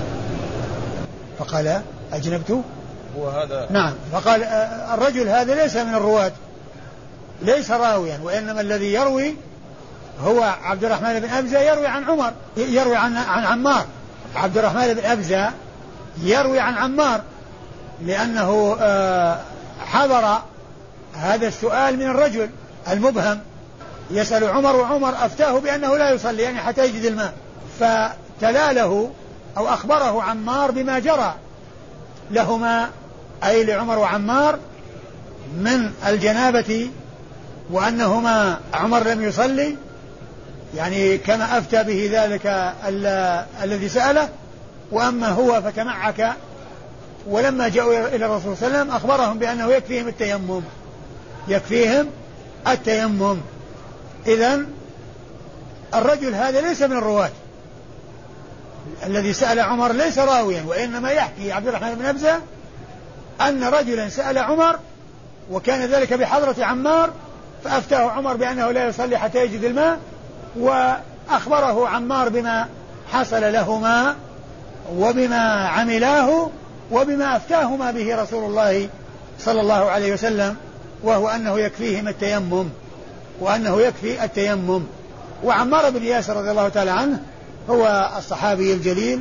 فقال أجنبت هو هذا نعم، فقال الرجل هذا ليس من الرواة، ليس راويا، وإنما الذي يروي هو عبد الرحمن بن أبزة، يروي عن عمر، يروي عن عن عمار. عبد الرحمن بن أبزة يروي عن عمار لأنه حضر هذا السؤال من الرجل المبهم، يسأل عمر وعمر أفتاه بأنه لا يصلي يعني حتى يجد الماء، فتلاله أو أخبره عمار بما جرى لهما أي لعمر وعمار من الجنابة، وأنهما عمر لم يصلي يعني كما أفتى به ذلك الذي سأله، وأما هو فتمعك. ولما جاءوا إلى الرسول صلى الله عليه وسلم أخبرهم بأنه يكفيهم التيمم، يكفيهم التيمم. إذن الرجل هذا ليس من الرواة، الذي سأل عمر ليس راويا، وإنما يحكي عبد الرحمن بن أبزة أن رجلا سأل عمر وكان ذلك بحضرة عمار، فأفتاه عمر بأنه لا يصلي حتى يجد الماء، وأخبره عمار بما حصل لهما وبما عملاه وبما أفتاهما به رسول الله صلى الله عليه وسلم، وهو أنه يكفيهم التيمم، وأنه يكفي التيمم. وعمار بن ياسر رضي الله تعالى عنه هو الصحابي الجليل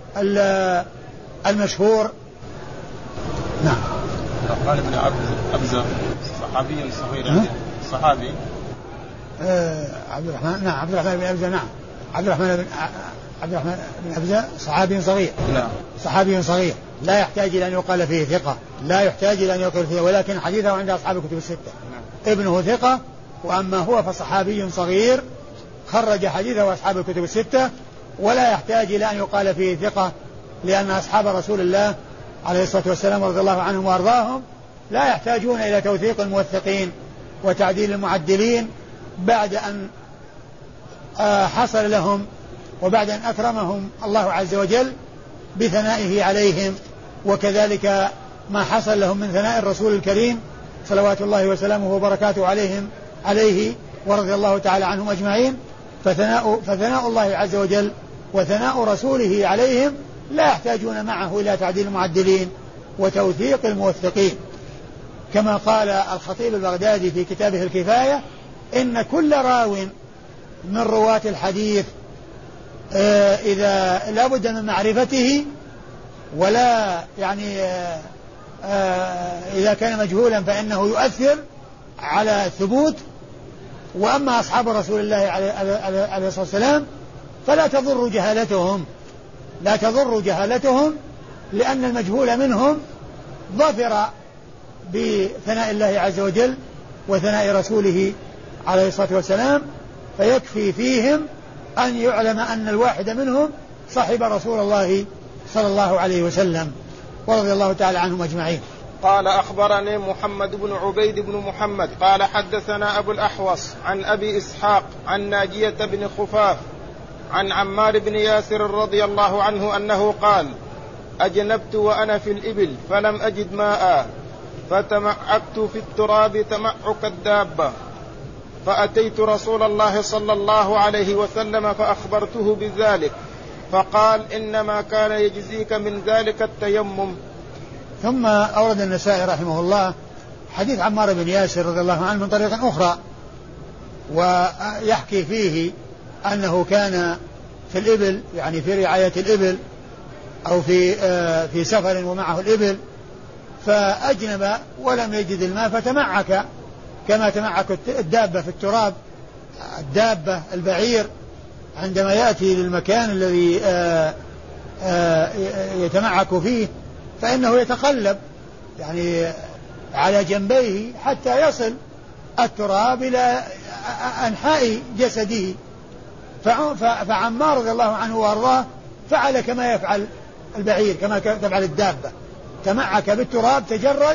المشهور. نعم. قال ابن أبزة صحابي صغير صحابي آه عبد الرحمن نعم عبد الرحمن بن أبزة نعم عبد الرحمن بن عبد الرحمن بن أبزة صحابي صغير. نعم. صحابي صغير لا يحتاج إلى أن يقال فيه ثقة، لا يحتاج إلى أن يقال فيه، ولكن حديثه عند أصحاب الكتب الستة. نعم. ابنه ثقة، وأما هو فصحابي صغير خرج حديثه أصحاب الكتب الستة، ولا يحتاج إلى أن يقال فيه ثقة، لأن أصحاب رسول الله عليه الصلاة والسلام رضي الله عنهم وأرضاهم لا يحتاجون إلى توثيق الموثقين وتعديل المعدلين بعد أن حصل لهم وبعد أن أكرمهم الله عز وجل بثنائه عليهم، وكذلك ما حصل لهم من ثناء الرسول الكريم صلوات الله وسلامه وبركاته عليهم عليه ورضي الله تعالى عنهم أجمعين. فثناء, فثناء الله عز وجل وثناء رسوله عليهم لا يحتاجون معه إلى تعديل المعدلين وتوثيق الموثقين، كما قال الخطيب البغدادي في كتابه الكفاية: إن كل راو من رواة الحديث آه إذا لا بد من معرفته، ولا يعني آه آه إذا كان مجهولا فإنه يؤثر على الثبوت. وأما أصحاب رسول الله عليه الصلاة والسلام فلا تضر جهالتهم، لا تضر جهالتهم لأن المجهول منهم ظفر بثناء الله عز وجل وثناء رسوله عليه الصلاة والسلام، فيكفي فيهم أن يعلم أن الواحد منهم صحب رسول الله صلى الله عليه وسلم ورضي الله تعالى عنهم أجمعين. قال أخبرني محمد بن عبيد بن محمد قال حدثنا أبو الأحوص عن أبي إسحاق عن ناجية بن خفاف عن عمار بن ياسر رضي الله عنه أنه قال: أجنبت وأنا في الإبل فلم أجد ماء فتمعكت في التراب تمعك الدابة، فأتيت رسول الله صلى الله عليه وسلم فأخبرته بذلك، فقال: إنما كان يجزيك من ذلك التيمم. ثم أورد النسائي رحمه الله حديث عمار بن ياسر رضي الله عنه من طريق أخرى، ويحكي فيه أنه كان في الإبل، يعني في رعاية الإبل أو في في سفر ومعه الإبل، فأجنب ولم يجد الماء فتمعك كما تمعك الدابة في التراب. الدابة البعير عندما يأتي للمكان الذي يتمعك فيه فإنه يتقلب يعني على جنبيه حتى يصل التراب إلى أنحاء جسده. فعمار رضي الله عنه وارضاه فعل كما يفعل البعير، كما تفعل الدابة، تمعك بالتراب، تجرد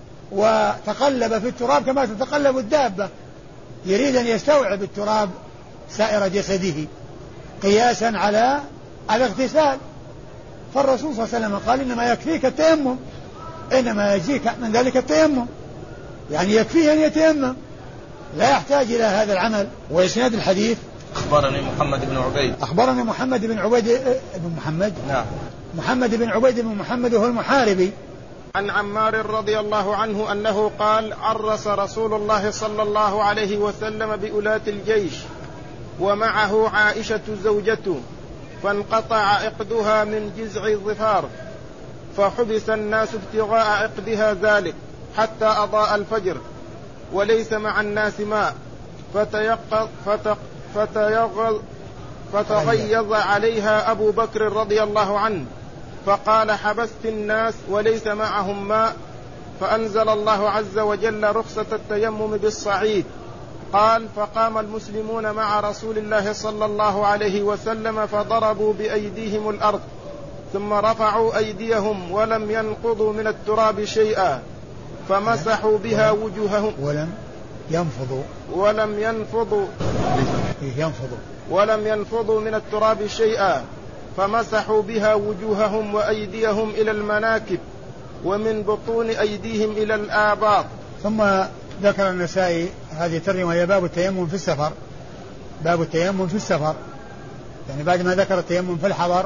وتقلب في التراب كما تتقلب الدابة، يريد أن يستوعب التراب سائر جسده قياسا على الاغتسال. فالرسول صلى الله عليه وسلم قال: إنما يكفيك التيمم، إنما يجزيك من ذلك التيمم، يعني يكفيه أن يتيمم، لا يحتاج إلى هذا العمل. وإسناد الحديث: أخبرني محمد بن عبيد أخبرني محمد بن عبيد بن محمد نعم محمد بن عبيد بن محمد وهو المحاربي، عن عمار رضي الله عنه أنه قال: عرس رسول الله صلى الله عليه وسلم بأولاة الجيش ومعه عائشة زوجته، فانقطع عقدها من جذع الظفار، فحبس الناس ابتغاء عقدها ذلك حتى أضاء الفجر، وليس مع الناس ماء، فتيقظ فتق فتيغض فتغيظ عليها أبو بكر رضي الله عنه، فقال: حبست الناس وليس معهم ماء، فأنزل الله عز وجل رخصة التيمم بالصعيد. قال: فقام المسلمون مع رسول الله صلى الله عليه وسلم فضربوا بأيديهم الأرض، ثم رفعوا أيديهم ولم ينقضوا من التراب شيئا، فمسحوا بها وجوههم ولم ينفضوا ولم ينفضوا ينفضوا ولم ينفضوا من التراب شيئا، فمسحوا بها وجوههم وأيديهم إلى المناكب ومن بطون أيديهم إلى الآباط. ثم ذكر النسائي هذه الترجمة وهي باب التيمم في السفر، باب التيمم في السفر، يعني بعد ما ذكر التيمم في الحضر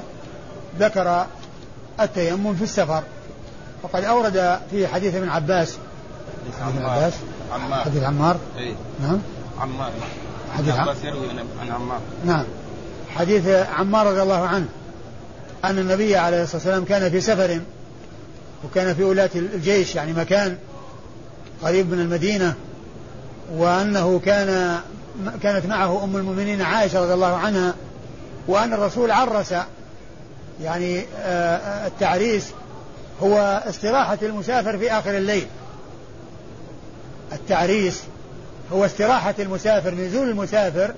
ذكر التيمم في السفر. وقد أورد في حديث ابن عباس حديث عباس عمار حديث عمار إيه؟ نعم عمار حديث عباس يروي عن عمار نعم حديث عمار رضي الله عنه أن النبي عليه الصلاة والسلام كان في سفر، وكان في ولاة الجيش يعني مكان قريب من المدينة، وأنه كان كانت معه أم المؤمنين عائشة رضي الله عنها وأن الرسول عرس، يعني التعريس هو استراحة المسافر في آخر الليل. التعريس هو استراحة المسافر، نزول المسافر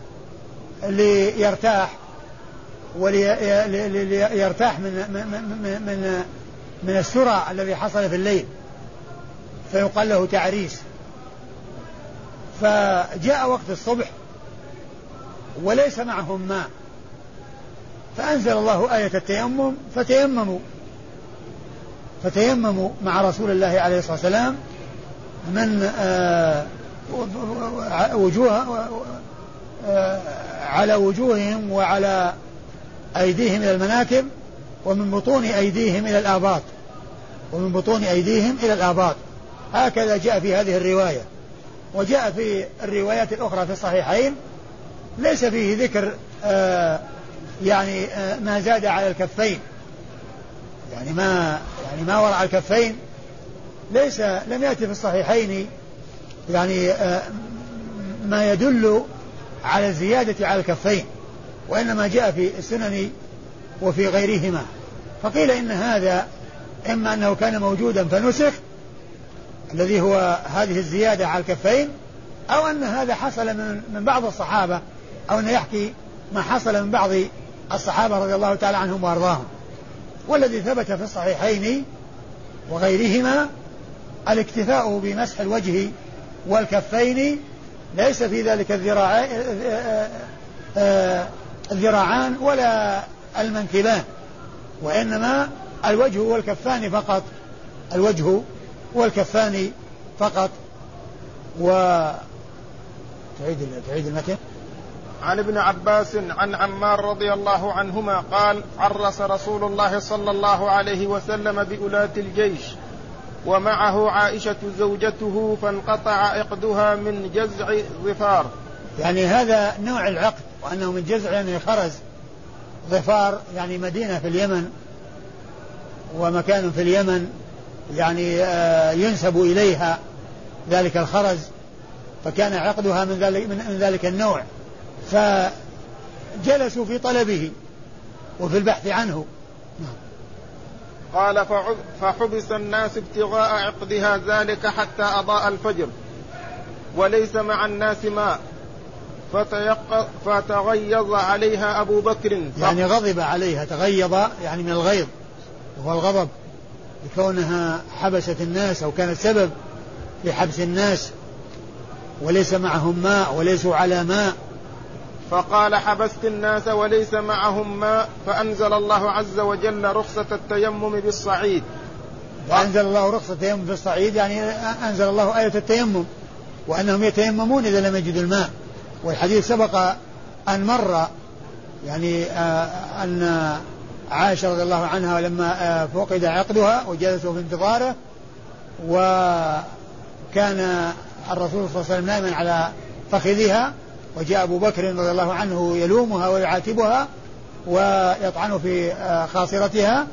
ليرتاح وليرتاح من من من من السرعة الذي حصل في الليل، فيقال له تعريس. فجاء وقت الصبح وليس معهم ماء، فأنزل الله آية التيمم فتيمموا فتيمموا مع رسول الله عليه الصلاة والسلام من وجوه على وجوههم وعلى أيديهم إلى المناكب، ومن بطون أيديهم إلى الآباط ومن بطون أيديهم إلى الآباط. هكذا جاء في هذه الرواية. وجاء في الروايات الأخرى في الصحيحين ليس فيه ذكر آه يعني آه ما زاد على الكفين، يعني ما يعني ما وراء الكفين ليس لم يأتي في الصحيحين يعني آه ما يدل على الزيادة على الكفين، وإنما جاء في السنن وفي غيرهما. فقيل إن هذا إما أنه كان موجودا فنسخ الذي هو هذه الزيادة على الكفين، أو أن هذا حصل من, من بعض الصحابة، أو أنه يحكي ما حصل من بعض الصحابة رضي الله تعالى عنهم وأرضاهم. والذي ثبت في الصحيحين وغيرهما الاكتفاء بمسح الوجه والكفين، ليس في ذلك الذراعان ولا المنكبان، وإنما الوجه والكفان فقط، الوجه والكفان فقط. و تعيد تعيد المتن. عن ابن عباس عن عمار رضي الله عنهما قال: عرس رسول الله صلى الله عليه وسلم بأولاة الجيش ومعه عائشة زوجته، فانقطع عقدها من جزع ظفار. يعني هذا نوع العقد، وأنه من جزع يعني خرز. ظفار يعني مدينة في اليمن ومكان في اليمن، يعني ينسب إليها ذلك الخرز، فكان عقدها من ذلك, من ذلك النوع، فجلسوا في طلبه وفي البحث عنه. قال: فحبس الناس ابتغاء عقدها ذلك حتى أضاء الفجر وليس مع الناس ماء، فتغيظ عليها أبو بكر، يعني غضب عليها، تغيظ يعني من الغيظ وهو الغضب لكونها حبست الناس أو كانت سبب في حبس الناس وليس معهم ماء وليسوا على ماء. فقال: حبست الناس وليس معهم ماء، فأنزل الله عز وجل رخصة التيمم بالصعيد. فأنزل الله رخصة التيمم بالصعيد يعني أنزل الله آية التيمم، وأنهم يتيممون إذا لم يجدوا الماء. والحديث سبق أن مر يعني أن عائشة رضي الله عنها لما فقد عقدها وجلسوا في انتظاره، وكان الرسول صلى الله عليه وسلم نائما على فخذها، وجاء أبو بكر رضي الله عنه يلومها ويعاتبها ويطعن في خاصرتها،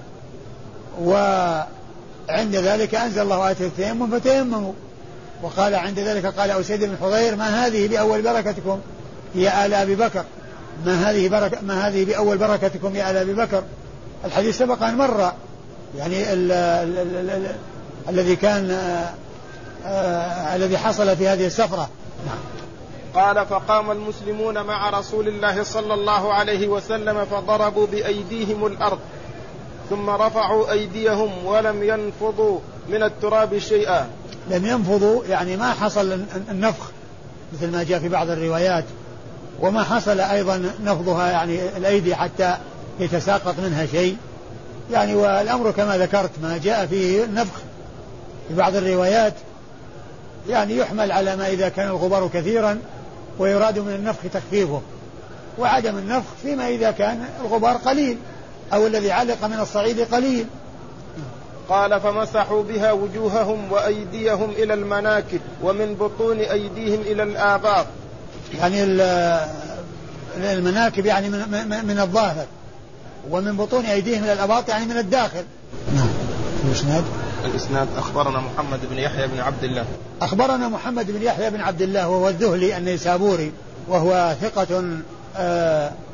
وعند ذلك أنزل الله آية التيمم فتيمموا. وقال عند ذلك قال أسيد بن حضير: ما هذه بأول بركتكم يا آل أبي بكر، ما هذه بركة ما هذه بأول بركتكم يا آل أبي بكر. الحديث سبق أن مر يعني ال ال ال ال الذي كان آه الذي حصل في هذه السفرة. نعم. قال: فقام المسلمون مع رسول الله صلى الله عليه وسلم فضربوا بأيديهم الأرض، ثم رفعوا أيديهم ولم ينفضوا من التراب شيئا. لم ينفضوا يعني ما حصل النفخ مثل ما جاء في بعض الروايات، وما حصل أيضا نفضها يعني الأيدي حتى يتساقط منها شيء يعني. والأمر كما ذكرت ما جاء فيه النفخ في بعض الروايات يعني يحمل على ما إذا كان الغبار كثيرا ويراد من النفخ تخفيفه، وعدم النفخ فيما إذا كان الغبار قليل أو الذي علق من الصعيد قليل. قال: فمسحوا بها وجوههم وأيديهم إلى المناكب ومن بطون أيديهم إلى الآباط. يعني المناكب يعني من, من الظاهر، ومن بطون أيديهم إلى الآباط يعني من الداخل. نعم. الإسناد الإسناد أخبرنا محمد بن يحيى بن عبد الله أخبرنا محمد بن يحيى بن عبد الله وهو الذهلي النيسابوري، وهو ثقة آه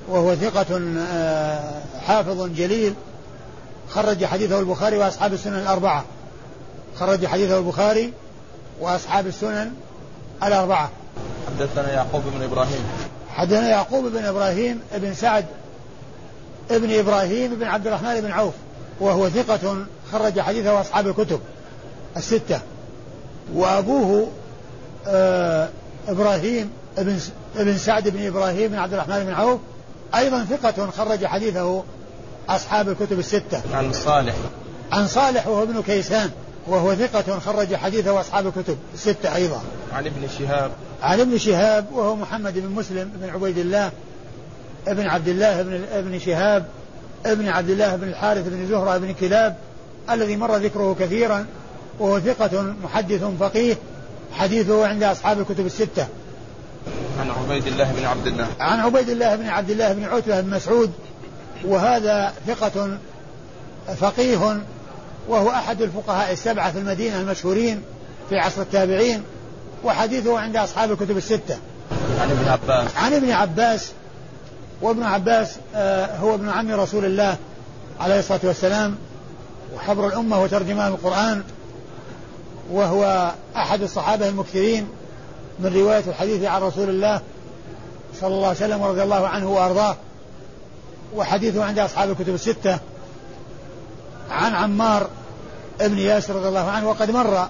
وهو ثقة حافظ جليل، خرج حديثه البخاري وأصحاب السنن الأربعة، خرج حديثه البخاري وأصحاب السنن الأربعة. حدثنا يعقوب بن إبراهيم حدثنا يعقوب بن إبراهيم ابن سعد ابن إبراهيم بن عبد الرحمن بن عوف، وهو ثقة خرج حديثه أصحاب الكتب الستة. وأبوه آه إبراهيم ابن ابن سعد بن إبراهيم بن عبد الرحمن بن عوف أيضا ثقة خرج حديثه أصحاب الكتب الستة. عن صالح عن صالح وهو ابن كيسان، وهو ثقة خرج حديثه أصحاب الكتب الستة أيضا. عن ابن شهاب عن ابن شهاب وهو محمد بن مسلم بن عبيد الله ابن عبد الله بن ابن شهاب ابن عبد الله بن الحارث بن زهرة بن كلاب الذي مر ذكره كثيرا، وهو ثقة محدث فقيه، حديثه عند أصحاب الكتب الستة. عن عبيد الله بن عبد الله عن عبيد الله بن عبد الله بن عتبة بن مسعود، وهذا ثقة فقيه، وهو أحد الفقهاء السبعة في المدينة المشهورين في عصر التابعين، وحديثه عند أصحاب الكتب الستة. عن ابن عباس عن ابن عباس وابن عباس آه هو ابن عم رسول الله عليه الصلاة والسلام، وحبر الأمة وترجمان القرآن، وهو أحد الصحابة المكثرين من رواية الحديث عن رسول الله صلى الله عليه وسلم ورضي الله عنه وأرضاه، وحديثه عند أصحاب الكتب الستة. عن عمار ابن ياسر رضي الله عنه وقد مر،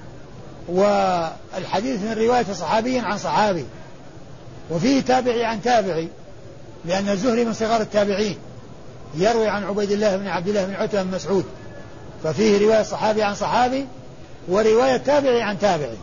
والحديث من رواية صحابي عن صحابي، وفيه تابعي عن تابعي، لأن الزهري من صغار التابعين يروي عن عبيد الله بن عبد الله بن عتبة بن مسعود، ففيه رواية صحابي عن صحابي ورواية تابعي عن تابعي.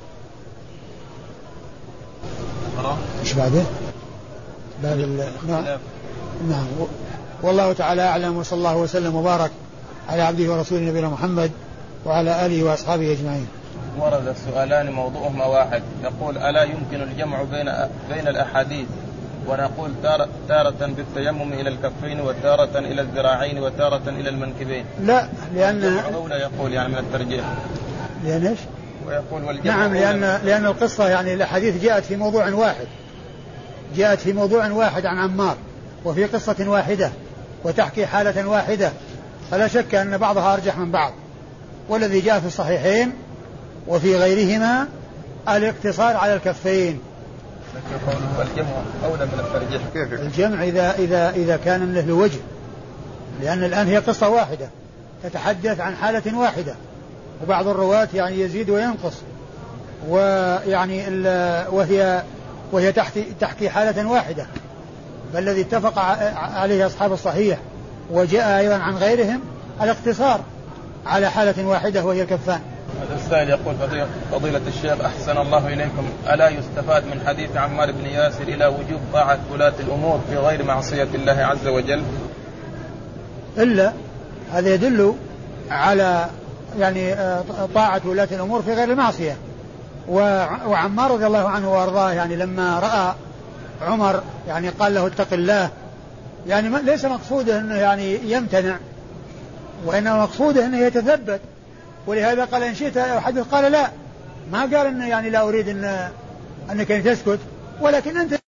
ايش بعده؟ باب ال... نعم. نعم. والله تعالى أعلم، وصلى الله وسلم وبارك على عبده ورسوله نبينا محمد وعلى آله وأصحابه أجمعين. ورد السؤالان موضوعهما واحد، يقول: ألا يمكن الجمع بين بين الأحاديث؟ ونقول تارة, تارة بالتيمم إلى الكفين، وتارة إلى الذراعين، وتارة إلى المنكبين. لا، لأن أولى يقول يعني من الترجيح. لأن إيش؟ ويقول والجمع نعم، لأن لأن القصة يعني الأحاديث جاءت في موضوع واحد، جاءت في موضوع واحد عن عمار، وفي قصة واحدة، وتحكي حالة واحدة، فلا شك أن بعضها أرجح من بعض. والذي جاء في الصحيحين وفي غيرهما الاقتصار على الكفين. الجمع أولى من الترجيح. كيف الجمع إذا إذا إذا كان من له وجه، لأن الآن هي قصة واحدة تتحدث عن حالة واحدة، وبعض الرواة يعني يزيد وينقص، ويعني وهي وهي تحكي تحكي حالة واحدة، فالذي اتفق عليه أصحاب الصحيح وجاء أيضا عن غيرهم الاقتصار على حالة واحدة وهي الكفان. هذا السائل يقول: فضيلة الشيخ أحسن الله إليكم، ألا يستفاد من حديث عمار بن ياسر إلى وجوب طاعة ولاة الأمور في غير معصية الله عز وجل؟ إلا هذا يدل على يعني طاعة ولاة الأمور في غير المعصية. وعمار رضي الله عنه وأرضاه يعني لما رأى عمر يعني قال له: اتق الله، يعني ليس مقصوده أنه يعني يمتنع، وإنما مقصوده أنه يتثبت. ولهذا قال: إن شئت أحدث. قال: لا، ما قال أنه يعني لا أريد أن أنك تسكت، ولكن أنت